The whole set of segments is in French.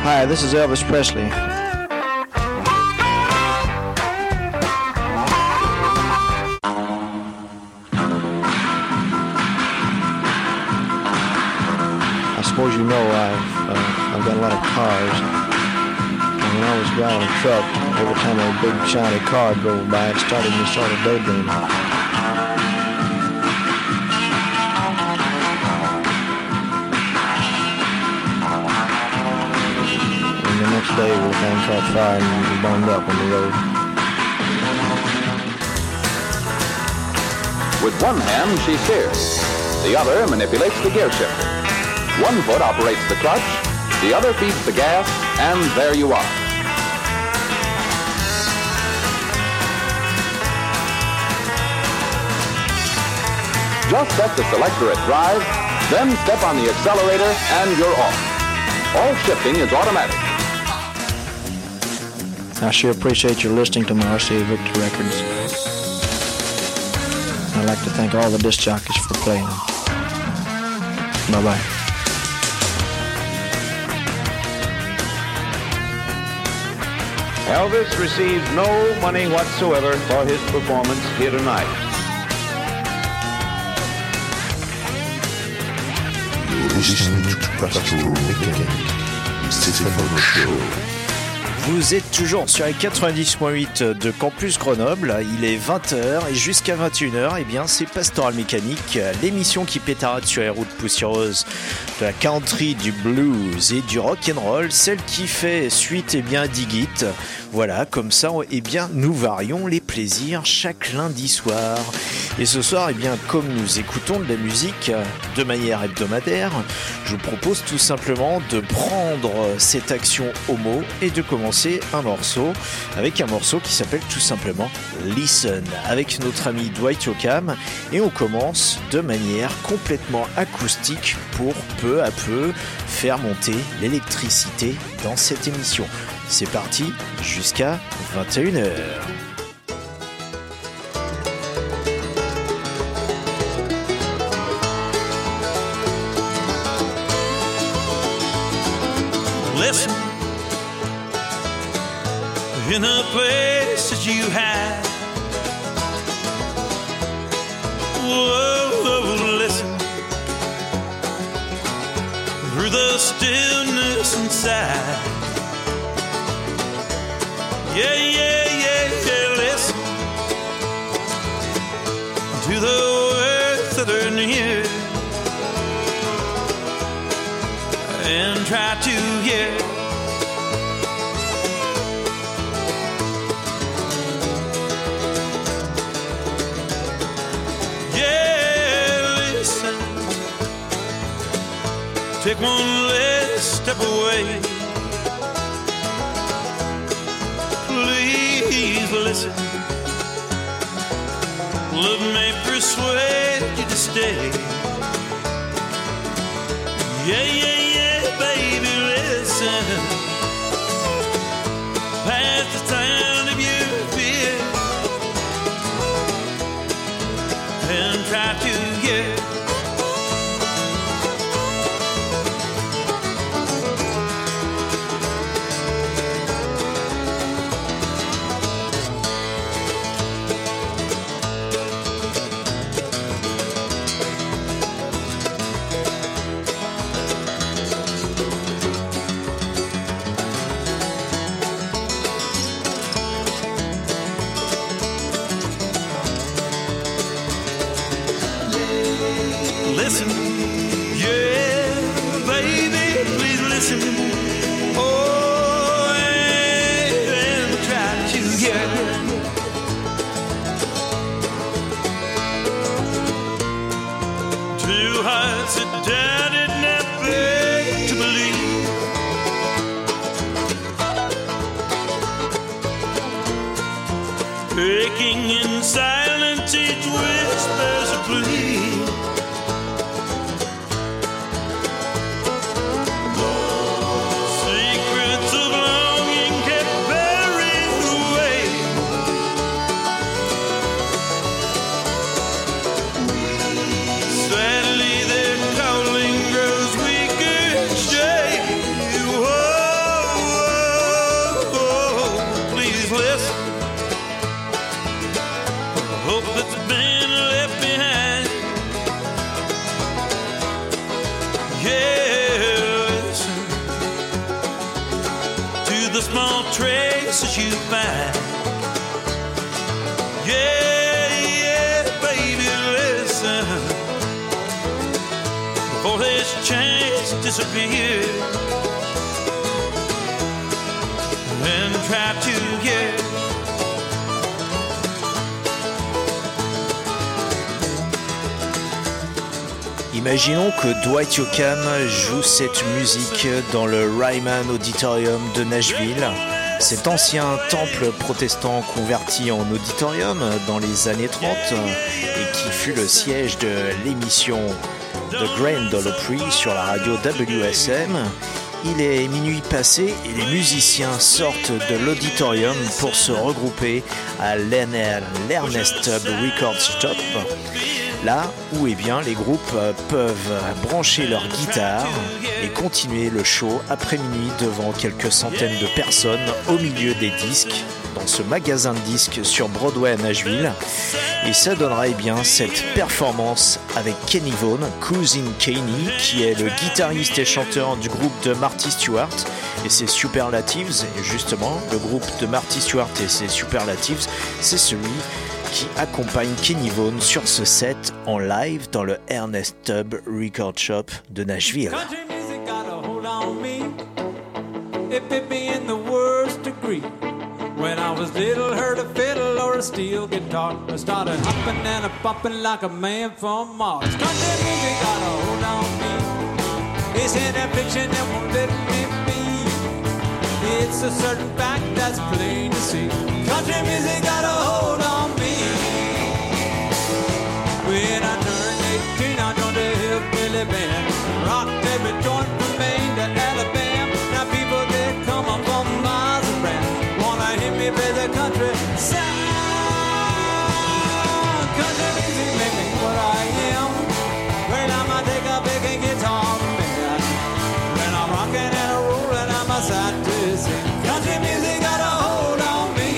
Hi, this is Elvis Presley. I suppose you know I've got a lot of cars. And when I was driving a truck, every time a big shiny car drove by, it started me sort of daydreaming. And the next day, the thing caught fire and burned up on the road. With one hand, she steers. The other manipulates the gear shifter. One foot operates the clutch, the other feeds the gas, and there you are. Just set the selector at drive, then step on the accelerator, and you're off. All shifting is automatic. I sure appreciate your listening to my RCA Victor records. I'd like to thank all the disc jockeys for playing them. Bye-bye. Elvis received no money whatsoever for his performance here tonight. You're listening to Pastoral Weekend. Stephen Show. Vous êtes toujours sur les 90.8 de Campus Grenoble, il est 20h et jusqu'à 21h, eh bien c'est Pastoral Mécanique, l'émission qui pétarade sur les routes poussiéreuses de la country, du blues et du rock'n'roll, celle qui fait suite eh bien, à Dig It. Voilà, comme ça, eh bien, nous varions les plaisirs chaque lundi soir. Et ce soir, eh bien, comme nous écoutons de la musique de manière hebdomadaire, je vous propose tout simplement de prendre cette action au mot et de commencer un morceau avec un morceau qui s'appelle tout simplement Listen avec notre ami Dwight Yoakam, et on commence de manière complètement acoustique pour peu à peu faire monter l'électricité dans cette émission. C'est parti jusqu'à 21h. Listen, in the place that you had. Whoa, listen, through the stillness inside. Yeah, yeah, yeah, yeah, listen to the words that are near and try to hear. Yeah, listen, take one less step away. Please listen, love may persuade you to stay. Yeah, yeah, yeah, baby, listen, past the time of your fear and try to get. Listen, yeah, baby, please listen. Oh, and try to hear. Two hearts that doubted never to believe. Breaking in silence, each whispers a plea. the small traces you find. Yeah, baby, listen, before this chance disappears, and try to get. Imaginons que Dwight Yoakam joue cette musique dans le Ryman Auditorium de Nashville, cet ancien temple protestant converti en auditorium dans les années 30 et qui fut le siège de l'émission The Grand Ole Opry sur la radio WSM. Il est minuit passé et les musiciens sortent de l'auditorium pour se regrouper à l'Ernest Tubb Record Shop. Là où les groupes peuvent brancher leur guitare et continuer le show après minuit devant quelques centaines de personnes au milieu des disques dans ce magasin de disques sur Broadway à Nashville. Et ça donnera cette performance avec Kenny Vaughan, Cousin Kenny, qui est le guitariste et chanteur du groupe de Marty Stewart et ses Superlatives. Et justement, le groupe de Marty Stewart et ses Superlatives, c'est celui qui accompagne Kenny Vaughan sur ce set en live dans le Ernest Tubb Record Shop de Nashville. Country music got a hold on me. It bit me in the worst degree. When I was little, heard a fiddle or a steel guitar, I started hopping and a bumping like a man from Mars. Country music got a hold on me. It's an affliction that won't let me be. It's a certain fact that's plain to see. Country music got a hold on me. When I turned 18, I joined a hillbilly band. Rocked every joint from Maine to Alabama. Now people they come up from miles around, wanna hear me play the country sound. Country music make me what I am. When I take a big guitar man, when I'm rocking and a rolling, I'm a sight to see. Country music got a hold on me.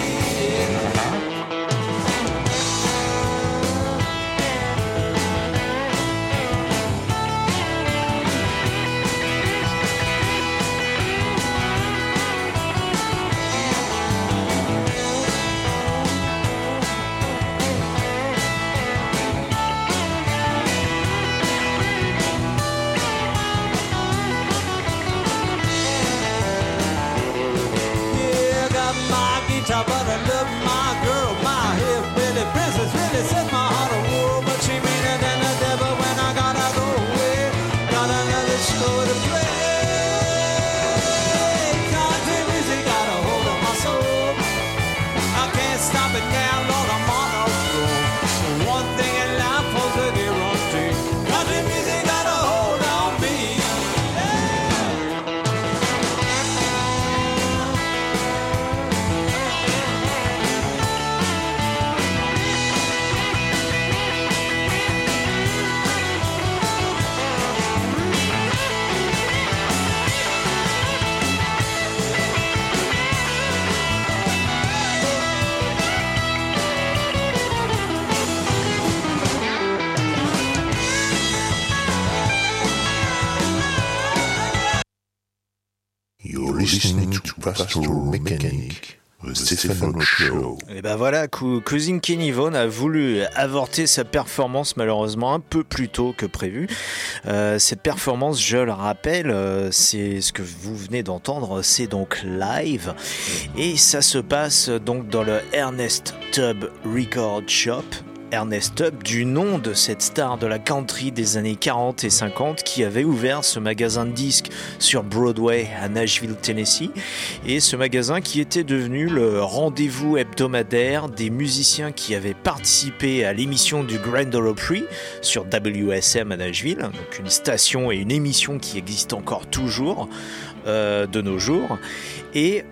But I love my girl, my hillbilly princess really set my heart a whirl. But she meaner than the devil when I gotta go away. Got another show to play. Country music got a hold of my soul. I can't stop it now, Lord, I'm on a roll. One thing in life holds a guarantee. Country music got a hold on me. Listening to Pastoral Mechanic, The Stephen Show. Et ben voilà, Cousin Kenny Vaughan a voulu avorter sa performance malheureusement un peu plus tôt que prévu. Cette performance, je le rappelle, c'est ce que vous venez d'entendre, c'est donc live et ça se passe donc dans le Ernest Tubb Record Shop. Ernest Tubb, du nom de cette star de la country des années 40 et 50 qui avait ouvert ce magasin de disques sur Broadway à Nashville, Tennessee, et ce magasin qui était devenu le rendez-vous hebdomadaire des musiciens qui avaient participé à l'émission du Grand Ole Opry sur WSM à Nashville, donc une station et une émission qui existent encore toujours de nos jours. Et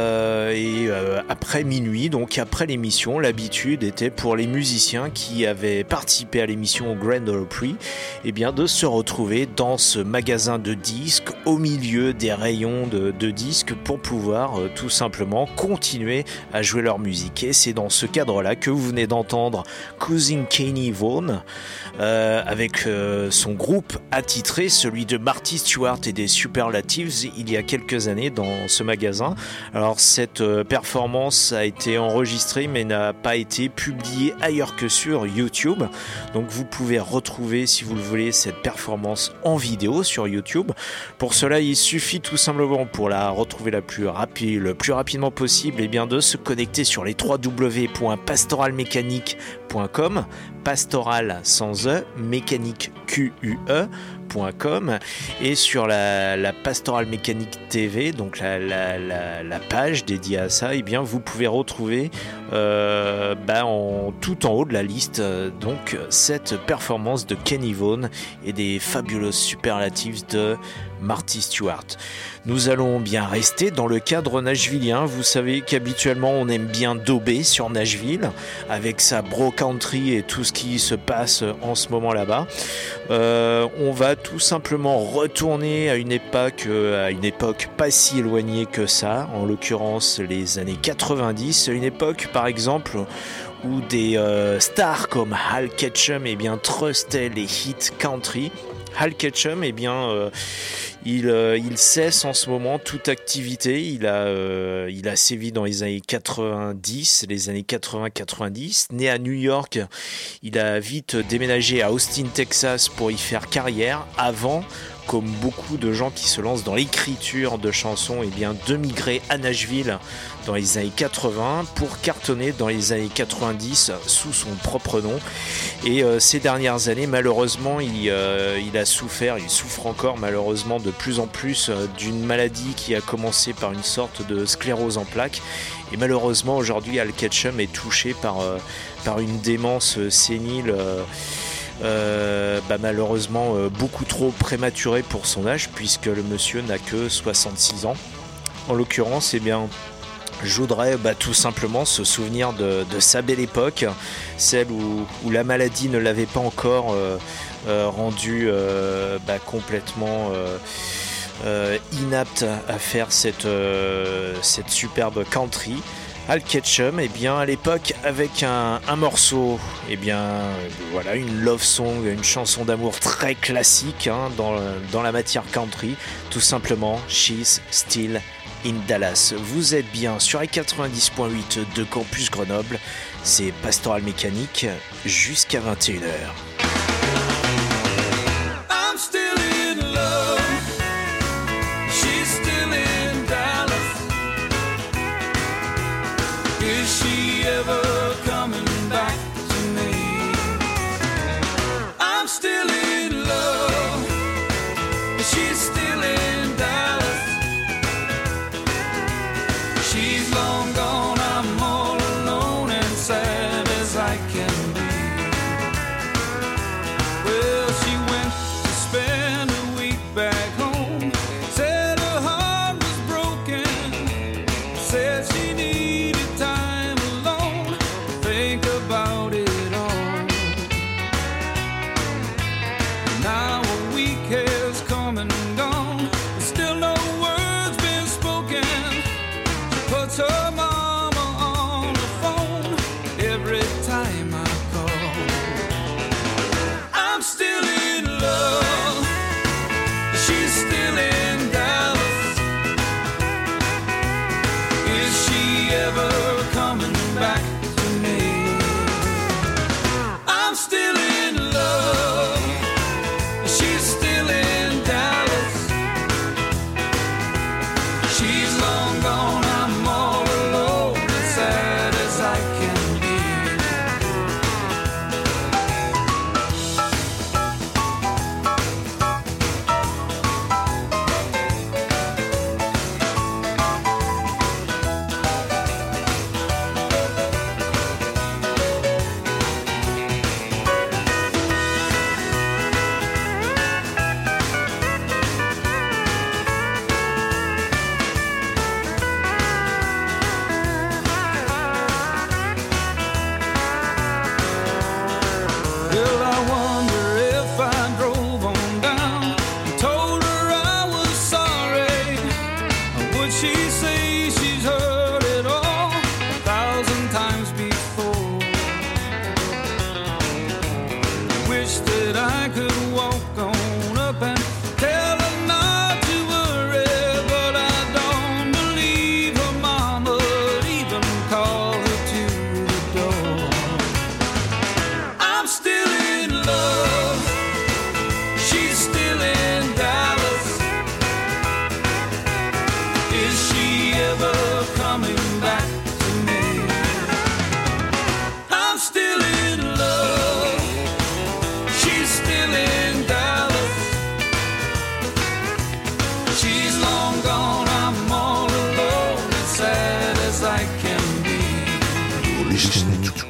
après minuit, donc après l'émission, l'habitude était pour les musiciens qui avaient participé à l'émission au Grand Ole Opry, eh bien de se retrouver dans ce magasin de disques au milieu des rayons de disques pour pouvoir tout simplement continuer à jouer leur musique. Et c'est dans ce cadre-là que vous venez d'entendre Cousin Kenny Vaughan avec son groupe attitré, celui de Marty Stuart et des Superlatives, il y a quelques années dans ce magasin. Alors cette performance a été enregistrée mais n'a pas été publiée ailleurs que sur YouTube. Donc vous pouvez retrouver, si vous le voulez, cette performance en vidéo sur YouTube. Pour cela, il suffit tout simplement, pour la retrouver le plus rapidement possible, et bien de se connecter sur les www.pastoralmechanique.com, pastoral sans E, mécanique QUE.com, et sur la Pastoral Mécanique TV, donc la page dédiée à ça, et bien vous pouvez retrouver tout en haut de la liste donc cette performance de Kenny Vaughan et des Fabulous Superlatives de Marty Stuart. Nous allons bien rester dans le cadre nashvillien. Vous savez qu'habituellement on aime bien dober sur Nashville avec sa bro country et tout ce qui se passe en ce moment là-bas. On va tout simplement retourner à une époque pas si éloignée que ça, en l'occurrence les années 90, une époque par exemple où des stars comme Hal Ketchum trustaient les hits country. Hal Ketchum, il cesse en ce moment toute activité. Il a sévi dans les années 90, les années 80-90. Né à New York, il a vite déménagé à Austin, Texas pour y faire carrière avant, comme beaucoup de gens qui se lancent dans l'écriture de chansons, de migrer à Nashville dans les années 80 pour cartonner dans les années 90 sous son propre nom. Et ces dernières années, malheureusement, il souffre encore malheureusement de plus en plus d'une maladie qui a commencé par une sorte de sclérose en plaques. Et malheureusement, aujourd'hui, Hal Ketchum est touché par une démence sénile malheureusement beaucoup trop prématuré pour son âge, puisque le monsieur n'a que 66 ans. En l'occurrence, je voudrais tout simplement se souvenir de sa belle époque, celle où la maladie ne l'avait pas encore rendu complètement inapte à faire cette superbe country. Hal Ketchum, à l'époque, avec un morceau, une love song, une chanson d'amour très classique dans la matière country, tout simplement She's Still in Dallas. Vous êtes bien sur les 90.8 de Campus Grenoble, c'est Pastoral Mécanique jusqu'à 21h.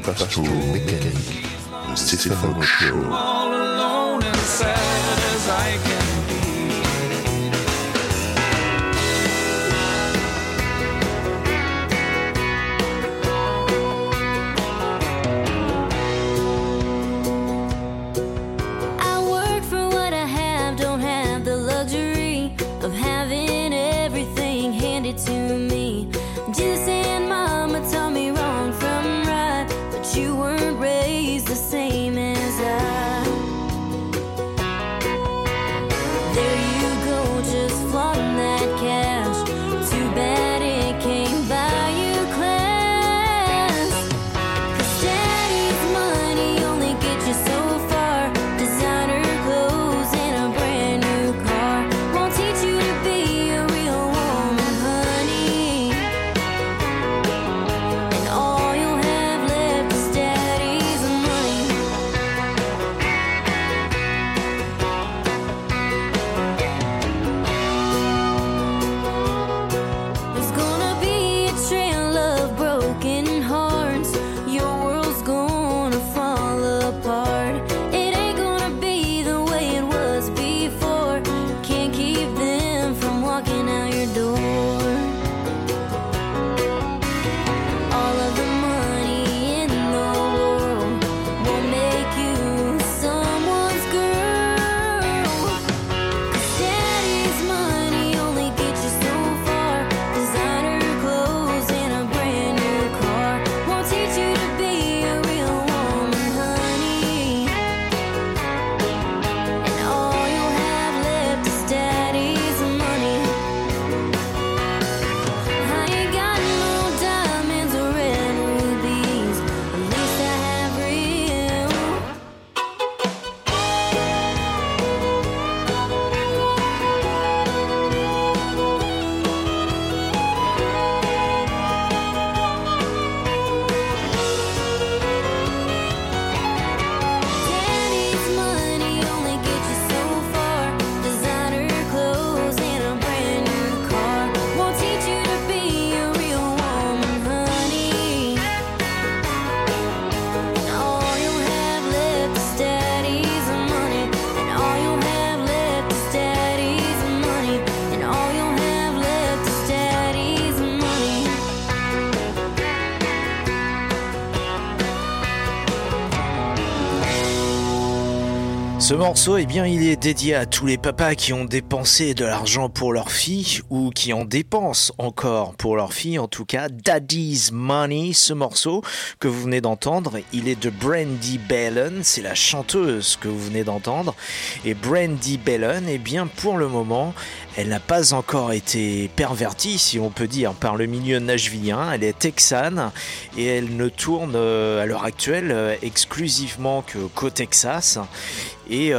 Pastoral Mechanic, The Stefano Show. All alone and sad as I can be. I work for what I have, don't have the luxury of having everything handed to me. Jesus and Mama taught me wrong from right, but you weren't raised the same as I. There you go, just flaunting that cash. Too bad it came by you class. 'Cause daddy's money only gets you so far. Designer clothes and a brand new car won't teach you to be a real woman, honey. And all you'll have left is daddy's money. There's gonna be a trail of broken hearts. Your world's gonna fall apart. It ain't gonna be the way it was before. Can't keep them from walking out your door. All of the money in the world won't make you someone's girl. 'Cause daddy's money only gets you so far. Designer clothes and a brand new car won't teach you to be a real woman, honey. And all you'll have left is daddy's money. I ain't got no diamonds or red rubies, at least I have real. Daddy's money only gets you so far. Designer clothes and a brand new car won't teach you to be a real woman, honey. And all you'll have left is daddy's money. And all you'll have left is daddy's money. And all you'll have left is daddy's money. Ce morceau, eh bien, il est dédié à tous les papas qui ont dépensé de l'argent pour leur fille ou qui en dépensent encore pour leur fille. En tout cas, Daddy's Money, ce morceau que vous venez d'entendre, il est de Brandy Bellan. C'est la chanteuse que vous venez d'entendre. Et Brandy Bellan, eh bien, pour le moment, elle n'a pas encore été pervertie, si on peut dire, par le milieu nashvillien. Elle est texane et elle ne tourne à l'heure actuelle exclusivement qu'au Texas. Et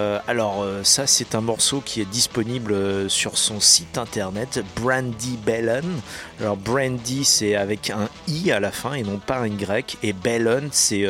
ça c'est un morceau qui est disponible sur son site internet Brandy Bellan. Alors Brandy c'est avec un I à la fin et non pas un Y, et Bellan c'est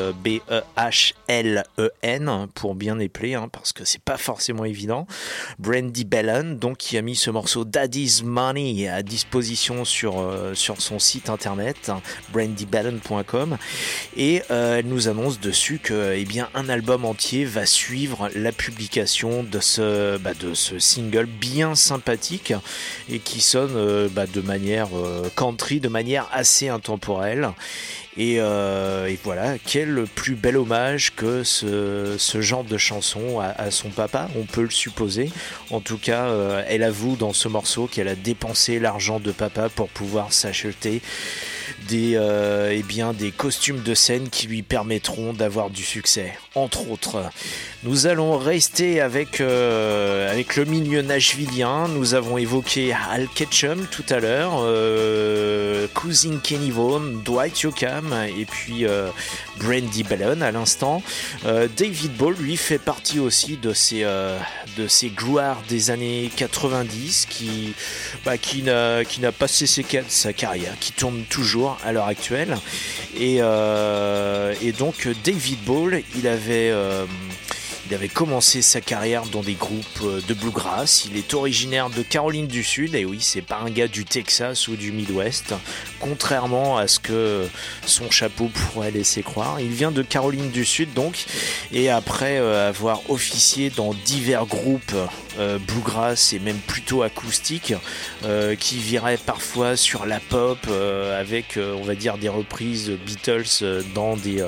B-E-H-L-E-N pour bien épeler, parce que c'est pas forcément évident. Brandy Bellan donc qui a mis ce morceau Daddy's Money à disposition sur son site internet brandybellan.com, et elle nous annonce dessus que un album entier va suivre la publication de ce single bien sympathique et qui sonne de manière country, de manière assez intemporelle. Et voilà, quel plus bel hommage que ce genre de chanson à son papa, on peut le supposer. En tout cas, elle avoue dans ce morceau qu'elle a dépensé l'argent de papa pour pouvoir s'acheter des costumes de scène qui lui permettront d'avoir du succès, entre autres. Nous allons rester avec le milieu nashvillien. Nous avons évoqué Al Ketchum tout à l'heure, Cousin Kenny Vaughan, Dwight Yoakam et puis Brandy Bellan à l'instant. David Ball, lui, fait partie aussi de ces gloires des années 90 qui n'a pas cessé sa carrière, qui tourne toujours à l'heure actuelle. Et donc David Ball, il avait Il avait commencé sa carrière dans des groupes de bluegrass. Il est originaire de Caroline du Sud, et oui, c'est pas un gars du Texas ou du Midwest, contrairement à ce que son chapeau pourrait laisser croire. Il vient de Caroline du Sud donc, et après avoir officié dans divers groupes bluegrass et même plutôt acoustiques, qui viraient parfois sur la pop avec on va dire des reprises Beatles dans des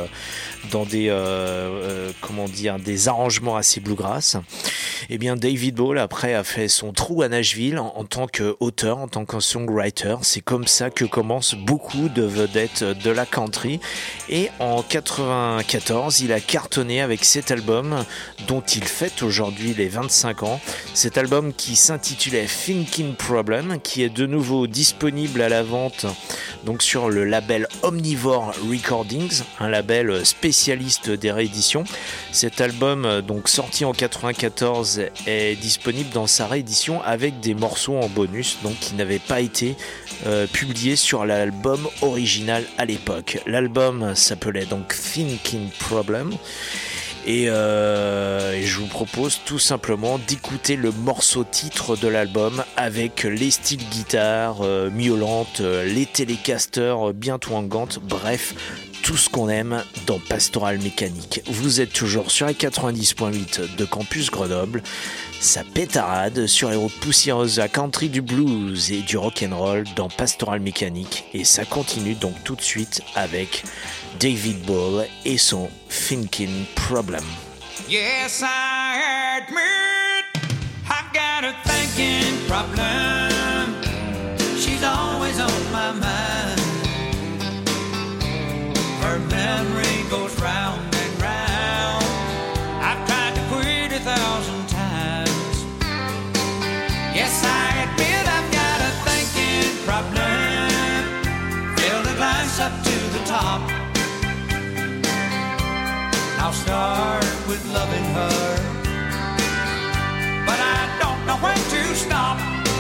des arrangements assez bluegrass. Et bien David Ball après a fait son trou à Nashville en tant qu'auteur, en tant que songwriter. C'est comme ça que commencent beaucoup de vedettes de la country. Et en 94, il a cartonné avec cet album dont il fête aujourd'hui les 25 ans. Cet album qui s'intitulait Thinking Problem, qui est de nouveau disponible à la vente donc sur le label Omnivore Recordings, un label spécialiste des rééditions. Cet album, donc sorti en 94, est disponible dans sa réédition avec des morceaux en bonus, donc qui n'avaient pas été publiés sur l'album original à l'époque. L'album s'appelait donc Thinking Problem. Et je vous propose tout simplement d'écouter le morceau titre de l'album avec les styles guitare miaulantes, les télécasters bien twangantes, bref, tout ce qu'on aime dans Pastoral Mécanique. Vous êtes toujours sur la 90.8 de Campus Grenoble. Ça pétarade sur les routes poussiéreuses à country, du blues et du rock'n'roll dans Pastoral Mécanique. Et ça continue donc tout de suite avec David Ball et son Thinking Problem. Yes, I admit I've got a thinking problem. She's always on my mind. Her memory goes round and round. I've tried to quit 1,000 times. Yes, I admit I've got a thinking problem. Fill the glass up to the top. I'll start with loving her, but I don't know when to stop.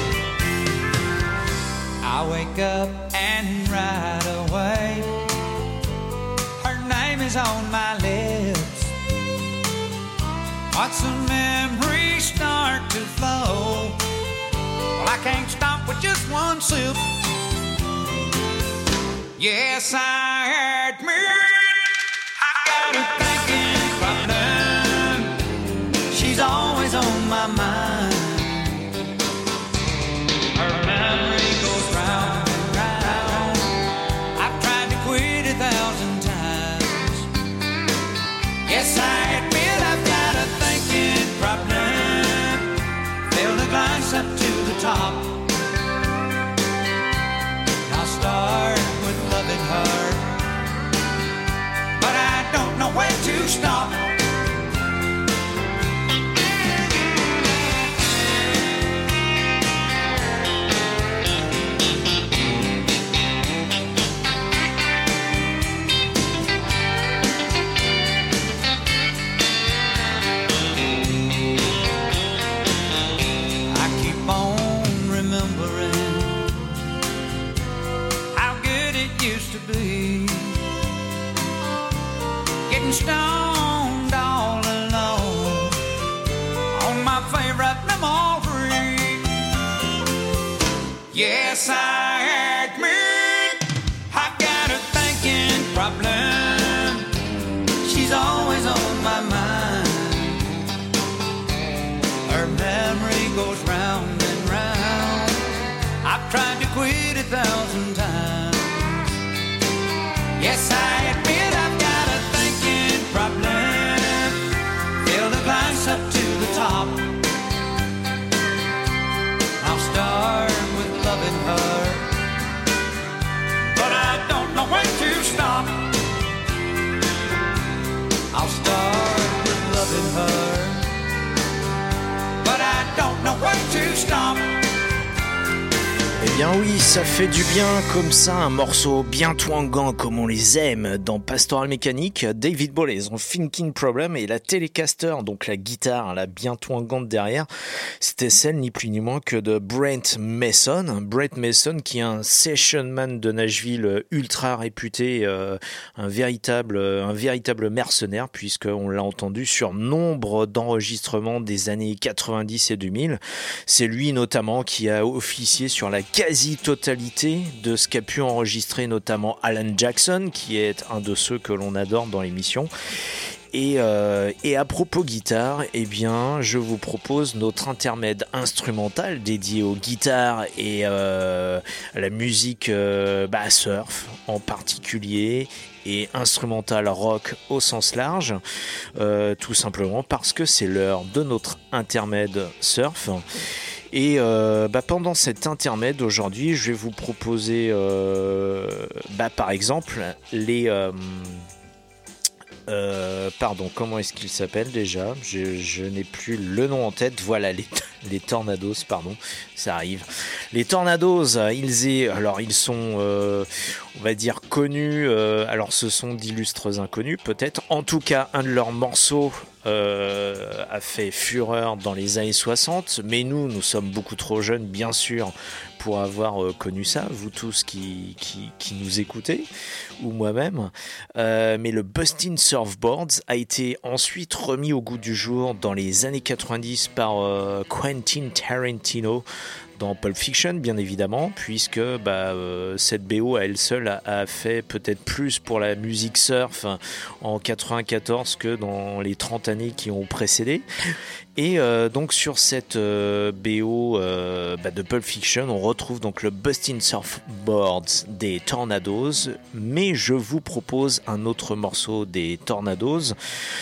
I wake up and right away her name is on my lips. Watch the memories start to flow. Well, I can't stop with just one sip. Yes, I admit got a thinking problem. She's always on my mind. Her memory goes round and round. I've tried to quit 1,000 times. Yes, I admit I've got a thinking problem. Fill the glass up to the top. I'll start with loving her, but I don't know when to stop. I keep on remembering how good it used to be, getting stoned all alone on my favorite memory. Yes, I admit I've got a thinking problem. She's always on my mind. Her memory goes round and round. I've tried to quit 1,000 times. Yes, I admit I've got a thinking problem. Fill the glass up to the top. I'll start with loving her, but I don't know when to stop. I'll start with loving her, but I don't know when to stop. Et Bien oui, ça fait du bien comme ça, un morceau bien twangant comme on les aime dans Pastoral Mécanique. David Bowie, son Thinking Problem et la Telecaster, donc la guitare, la bien twangante derrière, c'était celle ni plus ni moins que de Brent Mason. Brent Mason qui est un session man de Nashville ultra réputé, un véritable mercenaire puisqu'on l'a entendu sur nombre d'enregistrements des années 90 et 2000. C'est lui notamment qui a officié sur la quasi-totalité de ce qu'a pu enregistrer notamment Alan Jackson, qui est un de ceux que l'on adore dans l'émission. Et à propos guitare, eh bien, je vous propose notre intermède instrumental dédié aux guitares et à la musique surf en particulier et instrumental rock au sens large, tout simplement parce que c'est l'heure de notre intermède surf. Et pendant cet intermède aujourd'hui, je vais vous proposer par exemple les... comment est-ce qu'ils s'appellent déjà ? Je n'ai plus le nom en tête. Voilà, les Tornados, pardon, ça arrive. Les Tornados, ils sont, on va dire, connus. Alors, ce sont d'illustres inconnus, peut-être. En tout cas, un de leurs morceaux a fait fureur dans les années 60, mais nous sommes beaucoup trop jeunes, bien sûr, pour avoir connu ça, vous tous qui nous écoutez, ou moi-même. Mais le Bustin' Surfboards a été ensuite remis au goût du jour dans les années 90 par Quentin Tarantino dans Pulp Fiction, bien évidemment, puisque cette BO à elle seule a fait peut-être plus pour la musique surf en 94 que dans les 30 années qui ont précédé. Et donc sur cette BO de Pulp Fiction, on retrouve donc le Bustin' Surfboards des Tornados, mais je vous propose un autre morceau des Tornados,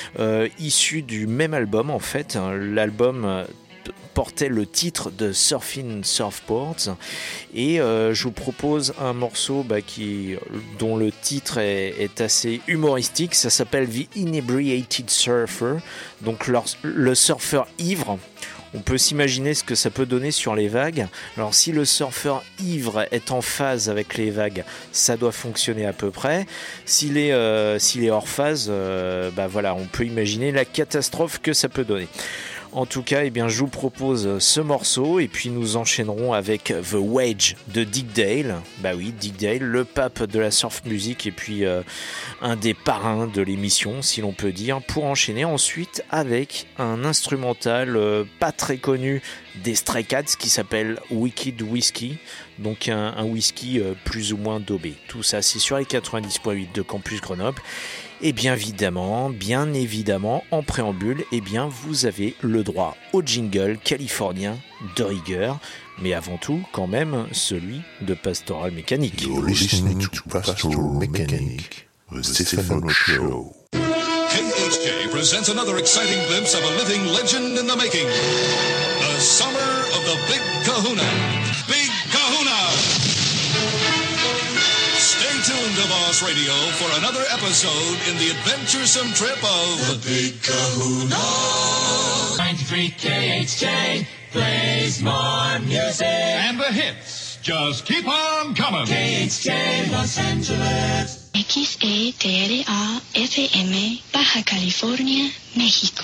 issu du même album en fait. L'album portait le titre de Surfin' Surfboards et je vous propose un morceau dont le titre est assez humoristique. Ça s'appelle The Inebriated Surfer, donc le surfeur ivre. On peut s'imaginer ce que ça peut donner sur les vagues. Alors si le surfeur ivre est en phase avec les vagues, ça doit fonctionner à peu près. S'il est hors phase, on peut imaginer la catastrophe que ça peut donner. En tout cas, je vous propose ce morceau et puis nous enchaînerons avec The Wedge de Dick Dale. Bah oui, Dick Dale, le pape de la surf music et puis un des parrains de l'émission, si l'on peut dire, pour enchaîner ensuite avec un instrumental pas très connu des Stray Cats qui s'appelle Wicked Whiskey, donc un whisky plus ou moins daubé. Tout ça, c'est sur les 90.8 de Campus Grenoble. Et bien évidemment, en préambule, vous avez le droit au jingle californien de rigueur, mais avant tout, quand même, celui de Pastoral Mécanique. You're listening to Pastoral Mechanic, the Stephen Show. KHJ presents another exciting glimpse of a living legend in the making. The summer of the Big Kahuna. Big Kahuna! Stay tuned to Boss Radio for another episode in the adventuresome trip of the Big Kahuna. 93 KHJ plays more music. And the hits just keep on coming. KHJ Los Angeles. XETRA FM, Baja California, México.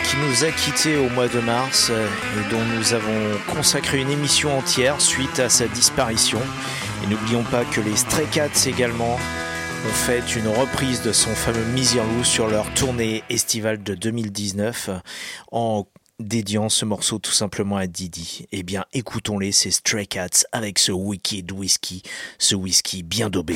qui nous a quittés au mois de mars et dont nous avons consacré une émission entière suite à sa disparition. Et n'oublions pas que les Stray Cats également ont fait une reprise de son fameux Miserlou sur leur tournée estivale de 2019 en dédiant ce morceau tout simplement à Didi. Eh bien, écoutons-les, ces Stray Cats, avec ce Wicked Whisky, ce whisky bien daubé.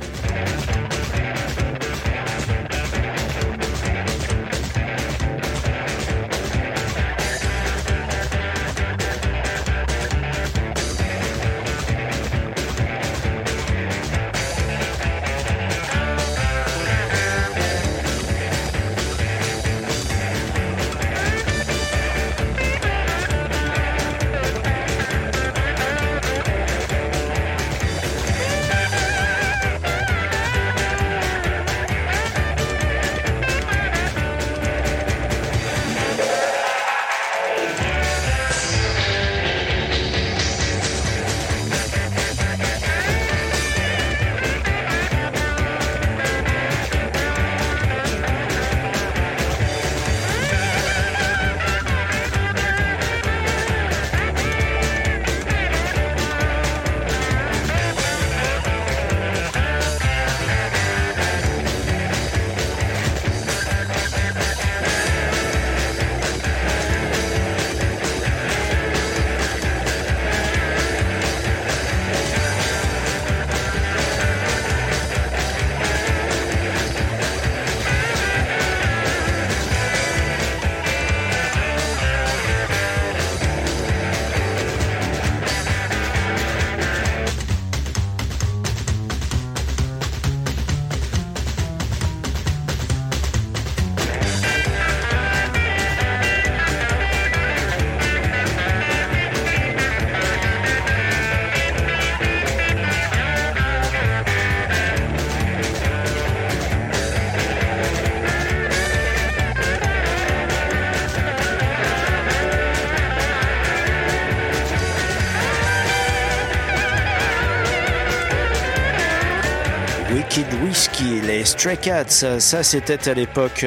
Whisky, les Stray Cats, ça c'était à l'époque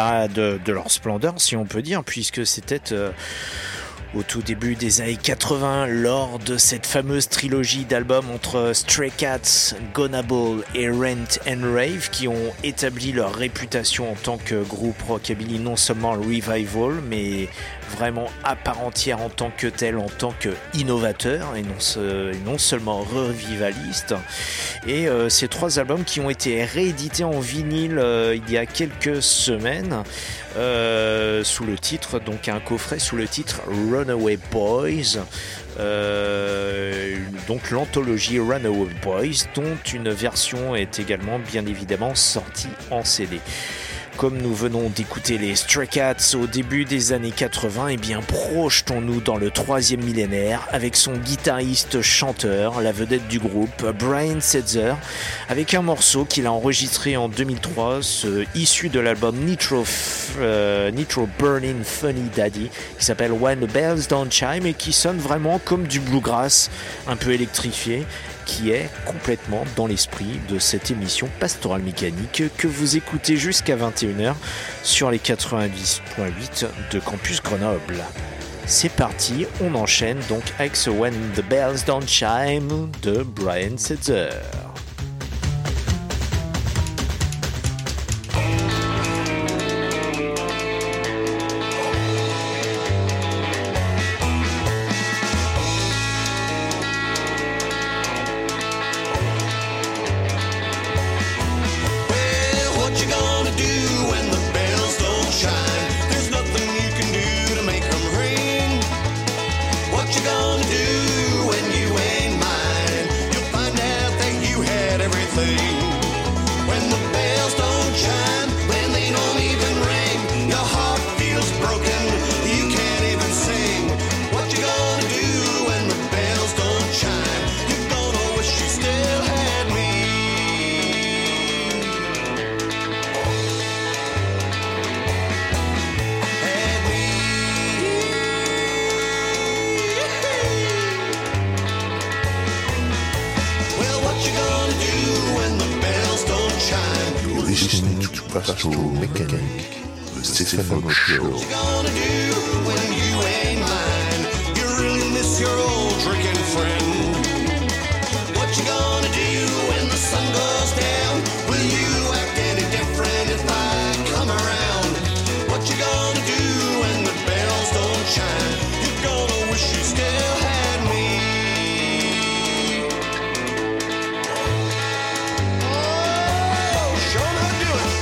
de leur splendeur, si on peut dire, puisque c'était au tout début des années 80, lors de cette fameuse trilogie d'albums entre Stray Cats, Gonna Ball et Rent and Rave, qui ont établi leur réputation en tant que groupe rockabilly non seulement revival, mais vraiment à part entière en tant que tel, en tant qu'innovateur et non seulement revivaliste. Et ces trois albums qui ont été réédités en vinyle il y a quelques semaines sous le titre, donc un coffret sous le titre Runaway Boys, donc l'anthologie Runaway Boys, dont une version est également bien évidemment sortie en CD. Comme nous venons d'écouter les Stray Cats au début des années 80, eh bien projetons-nous dans le troisième millénaire avec son guitariste-chanteur, la vedette du groupe, Brian Setzer, avec un morceau qu'il a enregistré en 2003, issu de l'album Nitro Burning Funny Daddy, qui s'appelle When the Bells Don't Chime et qui sonne vraiment comme du bluegrass, un peu électrifié, qui est complètement dans l'esprit de cette émission Pastorale Mécanique que vous écoutez jusqu'à 21h sur les 90.8 de Campus Grenoble. C'est parti, on enchaîne donc avec ce When the Bells Don't Chime de Brian Setzer. Pastoral Mécanique, the Stefano Show. What you gonna do when you ain't mine? You really miss your old drinking friend. What you gonna do when the sun goes down? Will you act any different if I come around? What you gonna do when the bells don't chime? You're gonna wish you still had me. Oh, show 'em how to do it.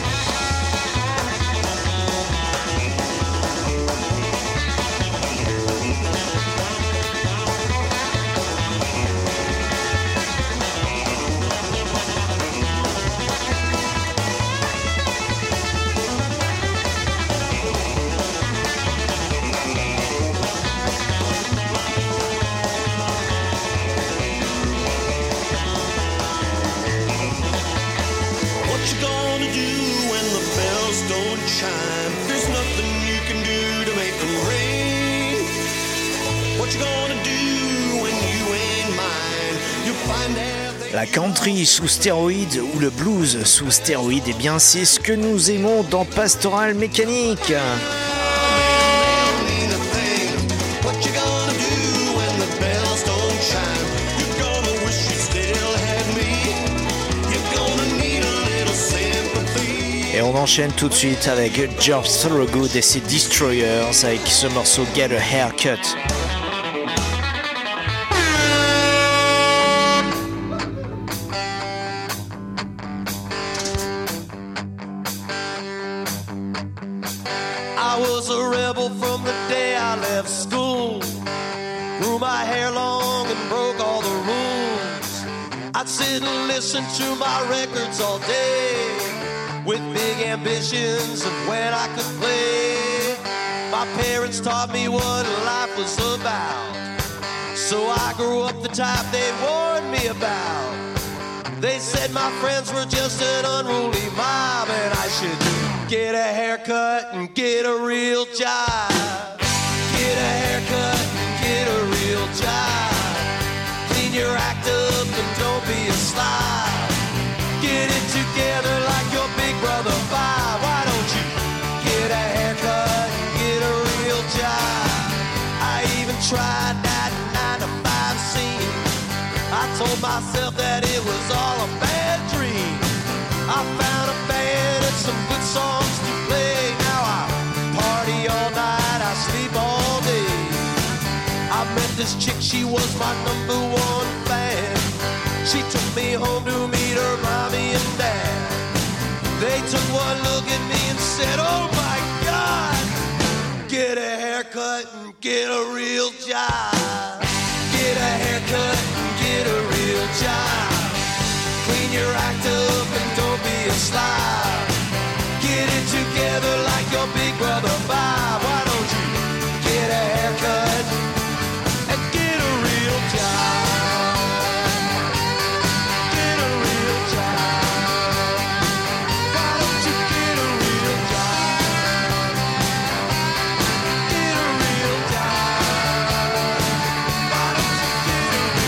What you gonna do when the bells don't chime? There's nothing you can do to make them ring. What you gonna do when you ain't mine? You'll find out. La country sous stéroïdes ou le blues sous stéroïdes, eh bien c'est ce que nous aimons dans Pastoral Mécanique. What you gonna do when the bells don't chime? You're gonna wish you still had me. You're gonna need a little sympathy. Et on enchaîne tout de suite avec George Thorogood et ses Destroyers avec ce morceau Get a Haircut. I was a rebel from the day I left school. Grew my hair long and broke all the rules. I'd sit and listen to my records all day, with big ambitions of when I could play. My parents taught me what life was about, so I grew up the type they warned me about. They said my friends were just an unruly mob, and I should get a haircut and get a real job. Get a haircut and get a real job. Clean your act up and don't be a slob. Get it together like your big brother Bob. Why don't you get a haircut and get a real job? I even tried that 9-to-5 scene. I told myself that it was all a bad dream. I found a band and some good songs to play. Now I party all night, I sleep all day. I met this chick, she was my #1 fan. She took me home to meet her mommy and dad. They took one look at me and said, oh my God, get a haircut and get a real job. Get a haircut and get a real job. Clean your act up and don't be a slob. Get it together like your big brother Bob. Why don't you get a haircut and get a real job? Get a real job. Why don't you get a real job? Get a real job. Why don't you get a real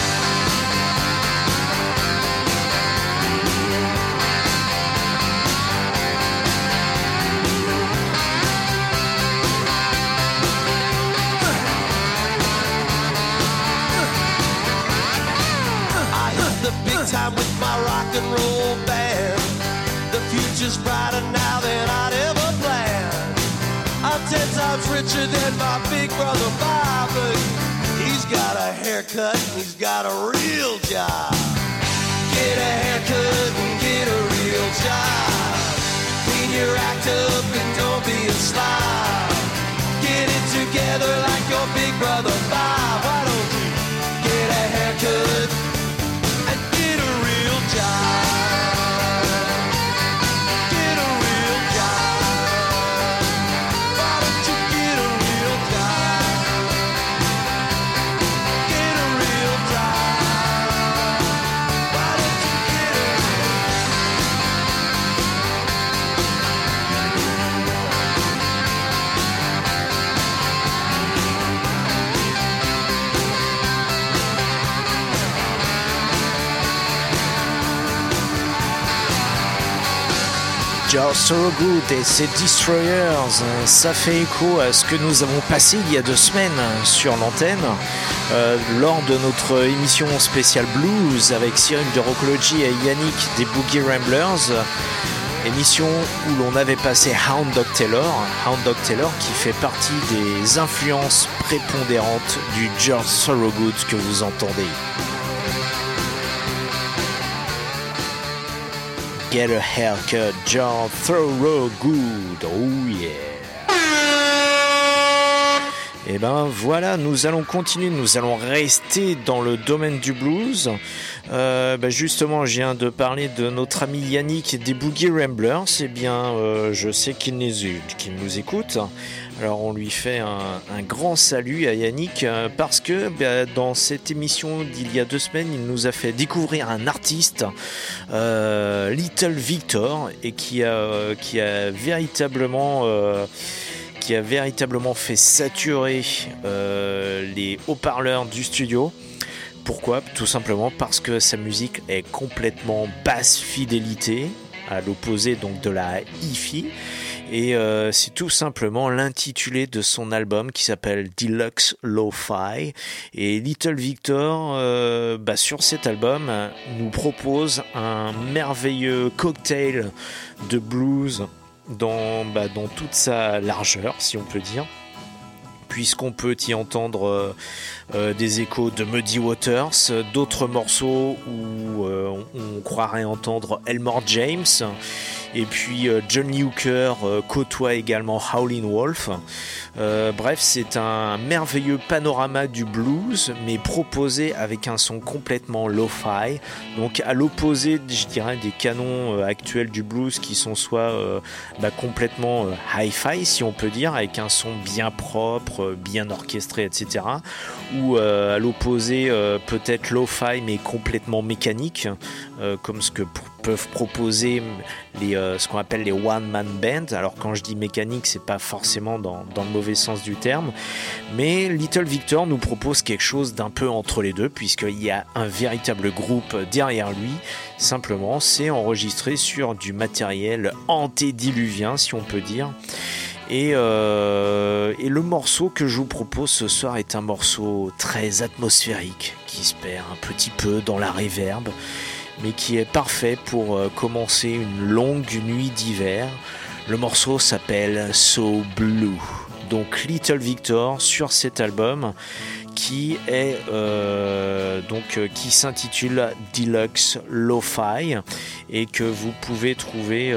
I hit the big time with my rock and roll band. The future's brighter now than I'd ever planned. I'm 10 times richer than my big brother Bob, but he's got a haircut and he's got a real job. Get a haircut and get a real job. Clean your act up and don't be a slob. Get it together like your big brother Bob. Why don't you get a haircut and get a real job? Get a real job. Why don't you get a real job? Get a real job. Why don't you get a George Thorogood et ses Destroyers. Ça fait écho à ce que nous avons passé il y a 2 semaines sur l'antenne lors de notre émission spéciale blues avec Cyril de Rockology et Yannick des Boogie Ramblers. Émission où l'on avait passé Hound Dog Taylor qui fait partie des influences prépondérantes du George Thorogood que vous entendez. Get a haircut, George Thorogood, oh yeah. Et ben voilà, nous allons continuer, nous allons rester dans le domaine du blues. Justement, je viens de parler de notre ami Yannick des Boogie Ramblers. Eh bien, je sais qu'il nous écoute. Alors, on lui fait un grand salut à Yannick parce que dans cette émission d'il y a 2 semaines, il nous a fait découvrir un artiste, Little Victor, et qui a véritablement fait saturer les haut-parleurs du studio. Pourquoi ? Tout simplement parce que sa musique est complètement basse fidélité, à l'opposé donc de la hi-fi. Et c'est tout simplement l'intitulé de son album qui s'appelle Deluxe Lo-Fi. Et Little Victor, sur cet album, nous propose un merveilleux cocktail de blues dans toute sa largeur, si on peut dire, puisqu'on peut y entendre des échos de Muddy Waters, d'autres morceaux où on croirait entendre Elmore James, et puis John Lee Hooker côtoie également Howlin' Wolf. Bref, c'est un merveilleux panorama du blues, mais proposé avec un son complètement lo-fi, donc à l'opposé, je dirais, des canons actuels du blues qui sont soit complètement hi-fi, si on peut dire, avec un son bien propre, bien orchestré, etc., ou à l'opposé peut-être lo-fi mais complètement mécanique, comme ce que peuvent proposer ce qu'on appelle les one-man bands. Alors quand je dis mécanique, c'est pas forcément dans le mauvais sens du terme, mais Little Victor nous propose quelque chose d'un peu entre les deux, puisqu'il y a un véritable groupe derrière lui. Simplement, c'est enregistré sur du matériel antédiluvien, si on peut dire. Et le morceau que je vous propose ce soir est un morceau très atmosphérique qui se perd un petit peu dans la reverb, mais qui est parfait pour commencer une longue nuit d'hiver. Le morceau s'appelle So Blue. Donc Little Victor sur cet album qui est qui s'intitule Deluxe Lo-Fi et que vous pouvez trouver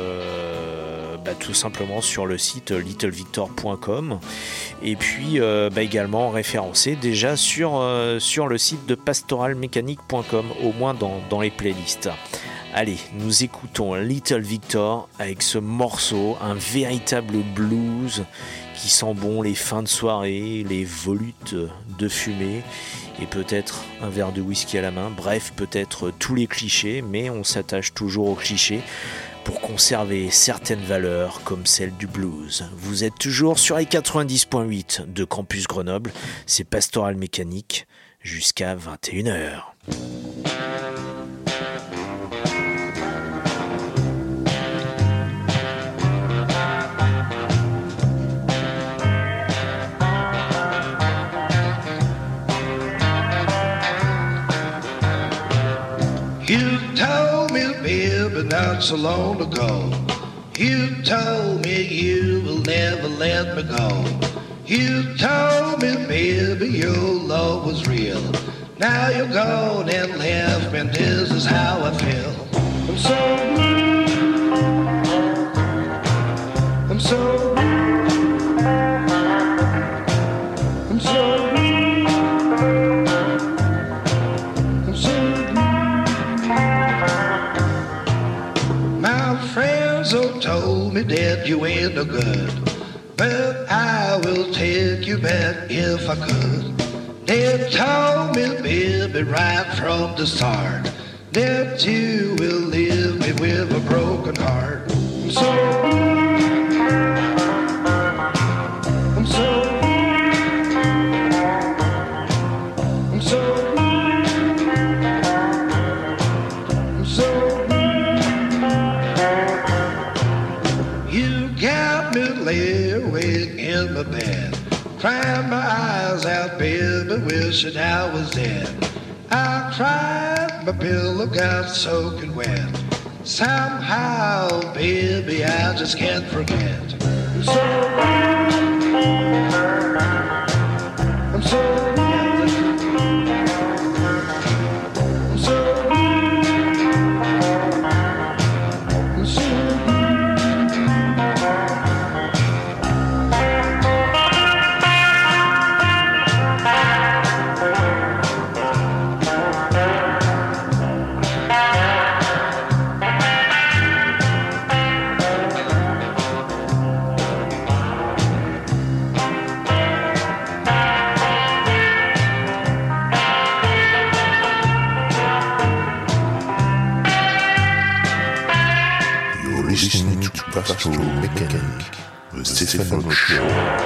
tout simplement sur le site littlevictor.com, et puis également référencé déjà sur le site de pastoralmechanic.com, au moins dans les playlists. Allez, nous écoutons Little Victor avec ce morceau, un véritable blues qui sent bon les fins de soirée, les volutes de fumée et peut-être un verre de whisky à la main. Bref, peut-être tous les clichés, mais on s'attache toujours aux clichés pour conserver certaines valeurs comme celle du blues. Vous êtes toujours sur les 90.8 de Campus Grenoble, c'est Pastoral Mécanique jusqu'à 21h. You told me, baby, not so long ago. You told me you will never let me go. You told me, baby, your love was real. Now you're gone and left me, and this is how I feel. I'm so blue. I'm so blue. I'm so blue. Told me that you ain't no good, but I will take you back if I could. They told me, baby, right from the start, that you will leave me with a broken heart. I'm so I'm so I'm so I'm so night, baby, wishing I was dead. I cried, my pillow got soaking wet. Somehow, baby, I just can't forget. I'm so I'm so Pastoral Mechanic, the Stefano Show.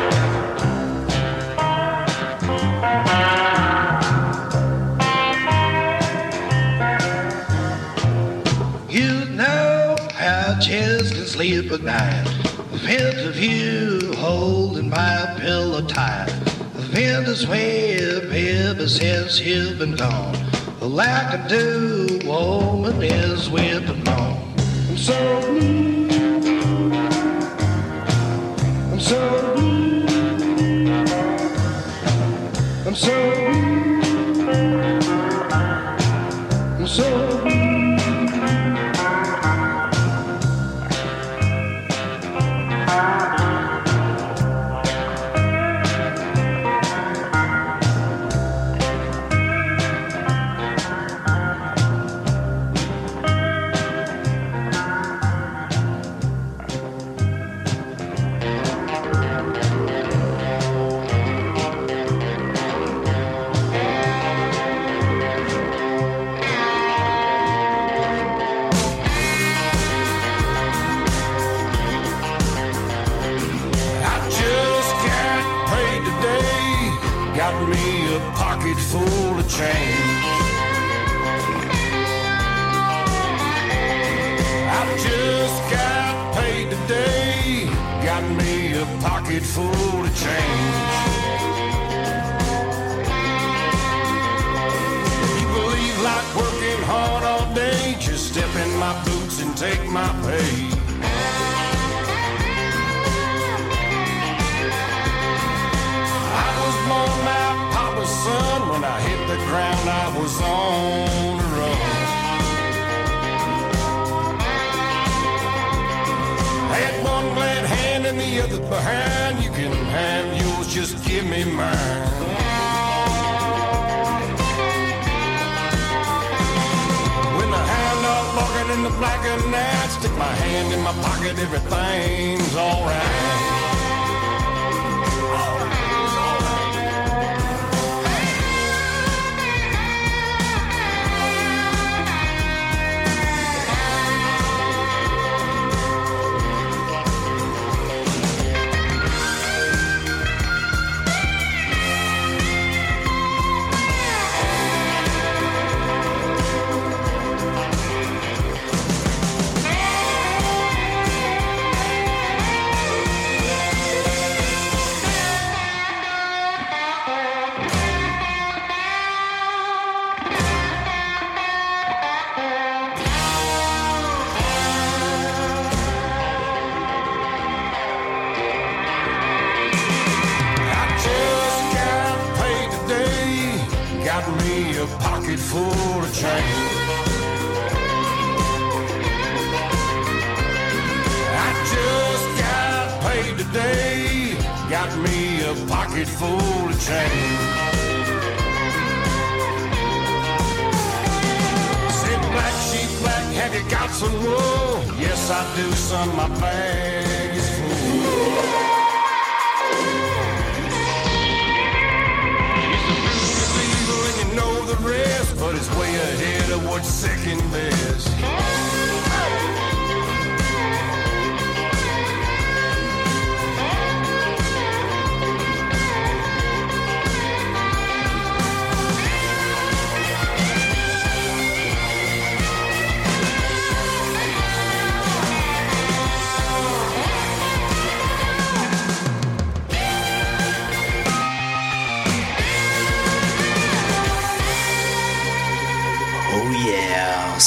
You know how chairs can sleep at night. A hint of you holding my pillow tight. I've been this way, baby, since you've been gone. All I can do, woman, is whip and moan. I'm so blue. I'm so I'm so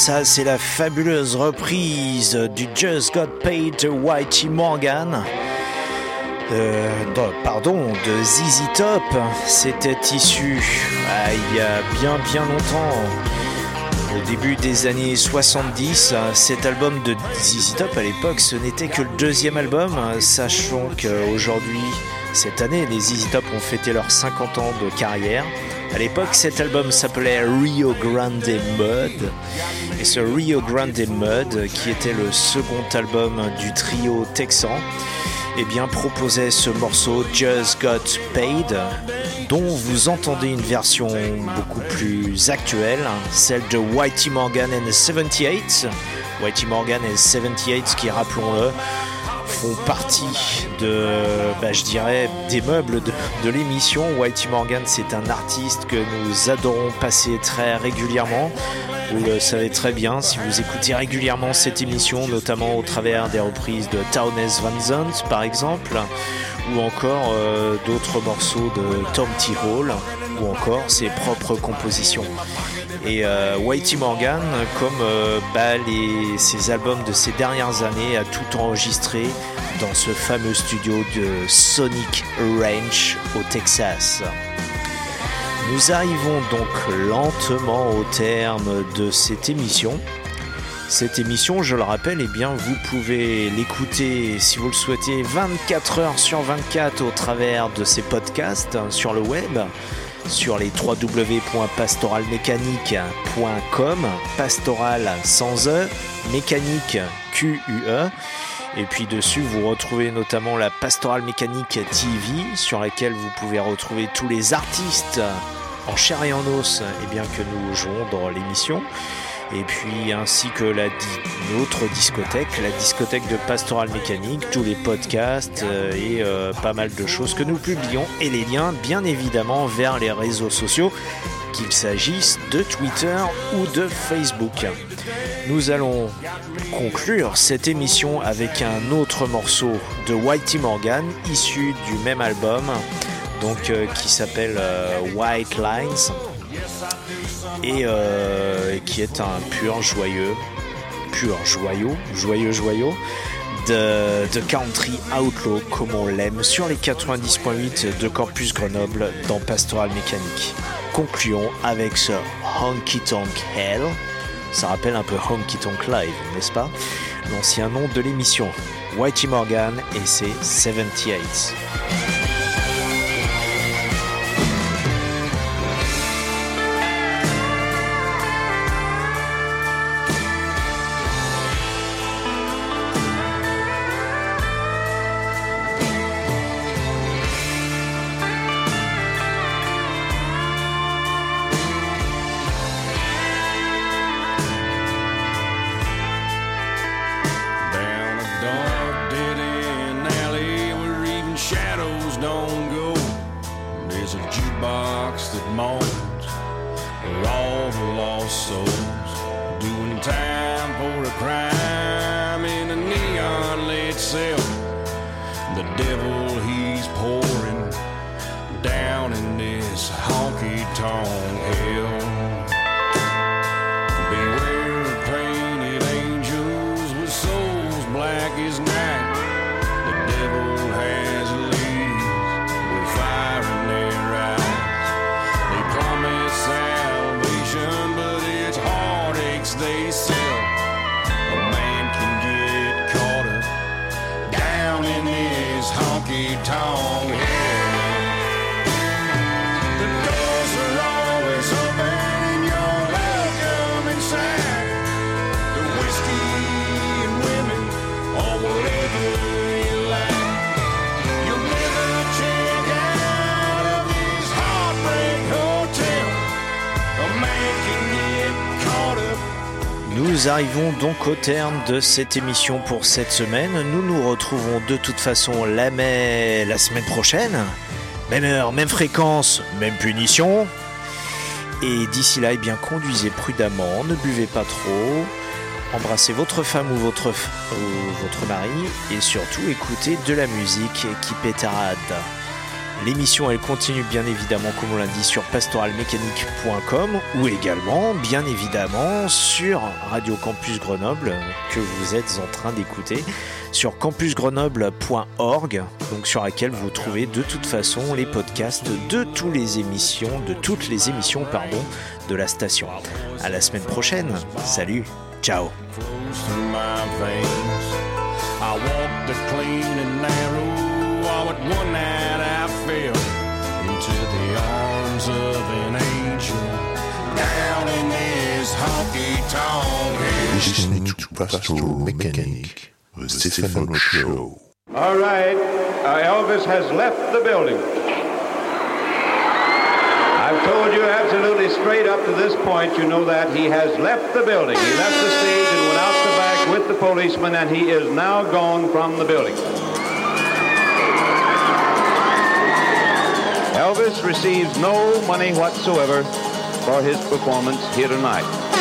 Ça, c'est la fabuleuse reprise du Just Got Paid de Whitey Morgan. De ZZ Top. C'était issu il y a bien longtemps. Au début des années 70, cet album de ZZ Top à l'époque, ce n'était que le deuxième album, sachant qu'aujourd'hui, cette année, les ZZ Top ont fêté leurs 50 ans de carrière. À l'époque, cet album s'appelait Rio Grande Mud. Et ce Rio Grande Mud, qui était le second album du trio texan, proposait ce morceau Just Got Paid, dont vous entendez une version beaucoup plus actuelle, celle de Whitey Morgan and the 78. Whitey Morgan and the 78 qui, rappelons-le, font partie des meubles de l'émission. Whitey Morgan, c'est un artiste que nous adorons passer très régulièrement. Vous le savez très bien si vous écoutez régulièrement cette émission, notamment au travers des reprises de Townes Van Zandt par exemple, ou encore d'autres morceaux de Tom T. Hall, ou encore ses propres compositions. Et Whitey Morgan, comme ses albums de ces dernières années, a tout enregistré dans ce fameux studio de Sonic Ranch au Texas. Nous arrivons donc lentement au terme de cette émission. Cette émission, je le rappelle, vous pouvez l'écouter si vous le souhaitez 24 heures sur 24 au travers de ces podcasts sur le web, sur les www.pastoralmechanique.com, pastoral sans E, mécanique QUE. Et puis dessus, vous retrouvez notamment la Pastoral Mécanique TV, sur laquelle vous pouvez retrouver tous les artistes en chair et en os que nous jouons dans l'émission. Et puis ainsi que notre discothèque, la discothèque de Pastoral Mécanique, tous les podcasts et pas mal de choses que nous publions, et les liens bien évidemment vers les réseaux sociaux, qu'il s'agisse de Twitter ou de Facebook. Nous allons conclure cette émission avec un autre morceau de Whitey Morgan, issu du même album, qui s'appelle White Lines, et qui est un joyeux de country outlaw comme on l'aime, sur les 90.8 de Campus Grenoble dans Pastoral Mécanique. Concluons avec ce Honky Tonk Hell. Ça rappelle un peu Honky Tonk Live, n'est-ce pas? L'ancien nom de l'émission. Whitey Morgan et ses 78. Nous arrivons donc au terme de cette émission pour cette semaine. Nous nous retrouvons de toute façon la semaine prochaine. Même heure, même fréquence, même punition. Et d'ici là, conduisez prudemment, ne buvez pas trop, embrassez votre femme ou votre mari, et surtout écoutez de la musique qui pétarade. L'émission, elle continue bien évidemment, comme on l'a dit, sur pastoralmechanique.com ou également, bien évidemment, sur Radio Campus Grenoble, que vous êtes en train d'écouter, sur campusgrenoble.org, donc sur laquelle vous trouvez de toute façon les podcasts de toutes les émissions, de la station. À la semaine prochaine. Salut. Ciao. I walked the clean and narrow, all at one night I fell into the arms of an angel, down in this honky-tonk hell. Listening to Pastoral Mechanic, the Stefano Show. All right, Elvis has left the building. I've told you absolutely straight up to this point, you know that he has left the building. He left the stage and went out the back with the policeman, and he is now gone from the building. Elvis receives no money whatsoever for his performance here tonight.